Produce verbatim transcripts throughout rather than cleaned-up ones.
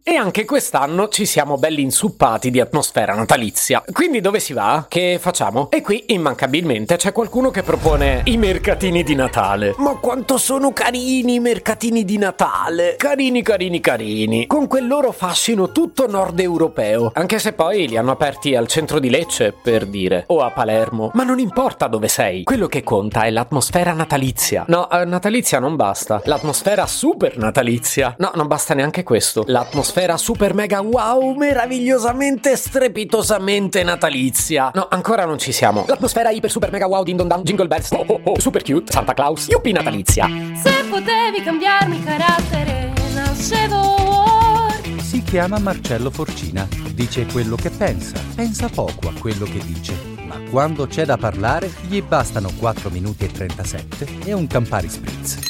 E anche quest'anno ci siamo belli insuppati di atmosfera natalizia. Quindi dove si va? Che facciamo? E qui immancabilmente c'è qualcuno che propone i mercatini di Natale. Ma quanto sono carini i mercatini di Natale! Carini, carini, carini. Con quel loro fascino tutto nord europeo. Anche se poi li hanno aperti al centro di Lecce, per dire. O a Palermo. Ma non importa dove sei. Quello che conta è l'atmosfera natalizia. No, eh, natalizia non basta. L'atmosfera super natalizia. No, non basta neanche questo. L'atmosfera super mega wow, meravigliosamente, strepitosamente natalizia. No, ancora non ci siamo. L'atmosfera iper super mega wow, din don dan, jingle bells, oh oh oh, super cute, Santa Claus, yuppie natalizia. Se potevi cambiarmi carattere, nascevo Ward. Si chiama Marcello Forcina. Dice quello che pensa. Pensa poco a quello che dice. Ma quando c'è da parlare, gli bastano quattro minuti e trentasette e un Campari Spritz.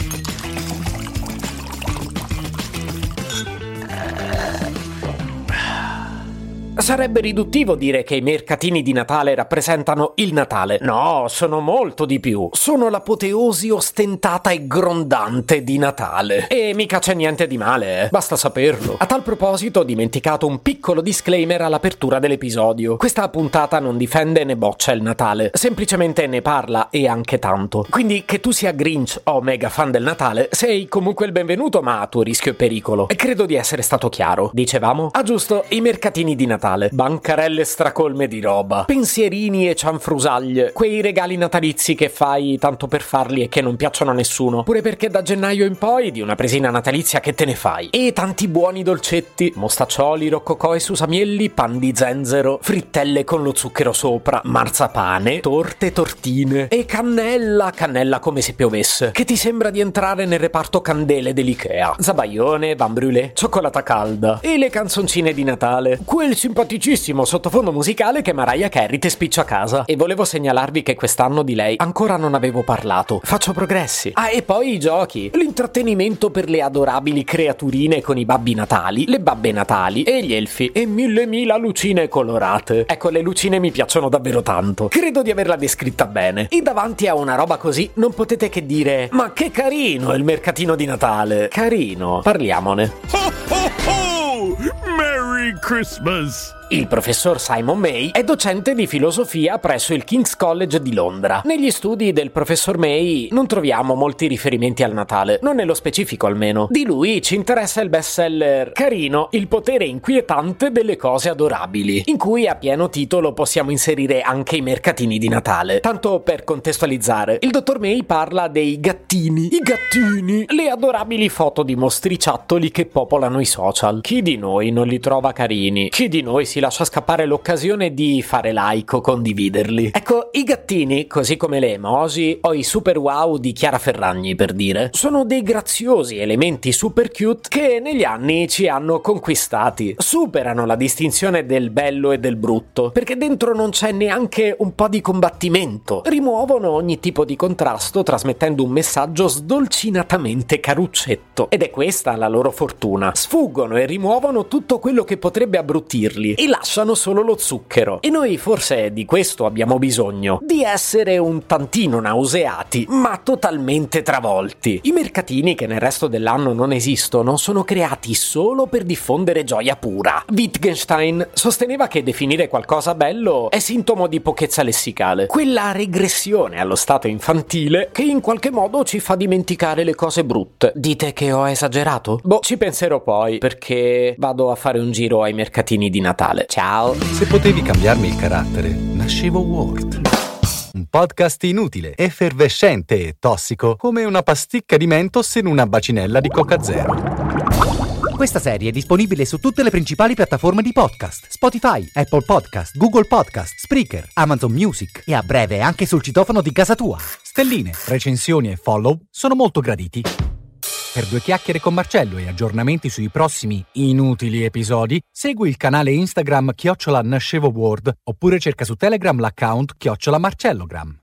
Sarebbe riduttivo dire che i mercatini di Natale rappresentano il Natale. No, sono molto di più. Sono l'apoteosi ostentata e grondante di Natale. E mica c'è niente di male, eh. Basta saperlo. A tal proposito ho dimenticato un piccolo disclaimer all'apertura dell'episodio. Questa puntata non difende né boccia il Natale, semplicemente ne parla e anche tanto. Quindi che tu sia Grinch o mega fan del Natale, sei comunque il benvenuto, ma a tuo rischio e pericolo. E credo di essere stato chiaro. Dicevamo? Ah giusto, i mercatini di Natale. Bancarelle stracolme di roba, pensierini e cianfrusaglie, quei regali natalizi che fai tanto per farli e che non piacciono a nessuno, pure perché da gennaio in poi di una presina natalizia che te ne fai. E tanti buoni dolcetti, mostaccioli, roccocò e susamielli, pan di zenzero, frittelle con lo zucchero sopra, marzapane, torte, tortine e cannella, cannella come se piovesse, che ti sembra di entrare nel reparto candele dell'Ikea. Zabaione, vin brûlé, cioccolata calda e le canzoncine di Natale, quel simpaticissimo sottofondo musicale che Mariah Carey te spiccia a casa. E volevo segnalarvi che quest'anno di lei ancora non avevo parlato. Faccio progressi. Ah, e poi i giochi, l'intrattenimento per le adorabili creaturine con i babbi natali, le babbe natali e gli elfi e mille mila lucine colorate. Ecco, le lucine mi piacciono davvero tanto. Credo di averla descritta bene. E davanti a una roba così non potete che dire: ma che carino il mercatino di Natale. Carino, parliamone. Ho ho ho! Merry Christmas! Il professor Simon May è docente di filosofia presso il King's College di Londra. Negli studi del professor May non troviamo molti riferimenti al Natale, non nello specifico almeno. Di lui ci interessa il bestseller Carino, il potere inquietante delle cose adorabili, in cui a pieno titolo possiamo inserire anche i mercatini di Natale. Tanto per contestualizzare, il dottor May parla dei gattini, i gattini, le adorabili foto di mostriciattoli che popolano i social. Chi di noi non li trova carini? Chi di noi si lascia scappare l'occasione di fare like o condividerli? Ecco, i gattini, così come le emoji o i super wow di Chiara Ferragni, per dire, sono dei graziosi elementi super cute che negli anni ci hanno conquistati. Superano la distinzione del bello e del brutto, perché dentro non c'è neanche un po' di combattimento. Rimuovono ogni tipo di contrasto, trasmettendo un messaggio sdolcinatamente caruccetto. Ed è questa la loro fortuna. Sfuggono e rimuovono tutto quello che potrebbe abbruttirli e lasciano solo lo zucchero. E noi forse di questo abbiamo bisogno, di essere un tantino nauseati, ma totalmente travolti. I mercatini, che nel resto dell'anno non esistono, sono creati solo per diffondere gioia pura. Wittgenstein sosteneva che definire qualcosa bello è sintomo di pochezza lessicale, quella regressione allo stato infantile che in qualche modo ci fa dimenticare le cose brutte. Dite che ho esagerato? Boh, ci penserò poi, perché vado a fare un giro ai mercatini di Natale. Ciao. Se potevi cambiarmi il carattere, nascevo Ward. Un podcast inutile, effervescente e tossico, come una pasticca di Mentos in una bacinella di Coca Zero. Questa serie è disponibile su tutte le principali piattaforme di podcast: Spotify, Apple Podcast, Google Podcast, Spreaker, Amazon Music e a breve anche sul citofono di casa tua. Stelline, recensioni e follow sono molto graditi. Per due chiacchiere con Marcello e aggiornamenti sui prossimi inutili episodi, segui il canale Instagram chiocciola Nascevo Ward oppure cerca su Telegram l'account chiocciola Marcellogram.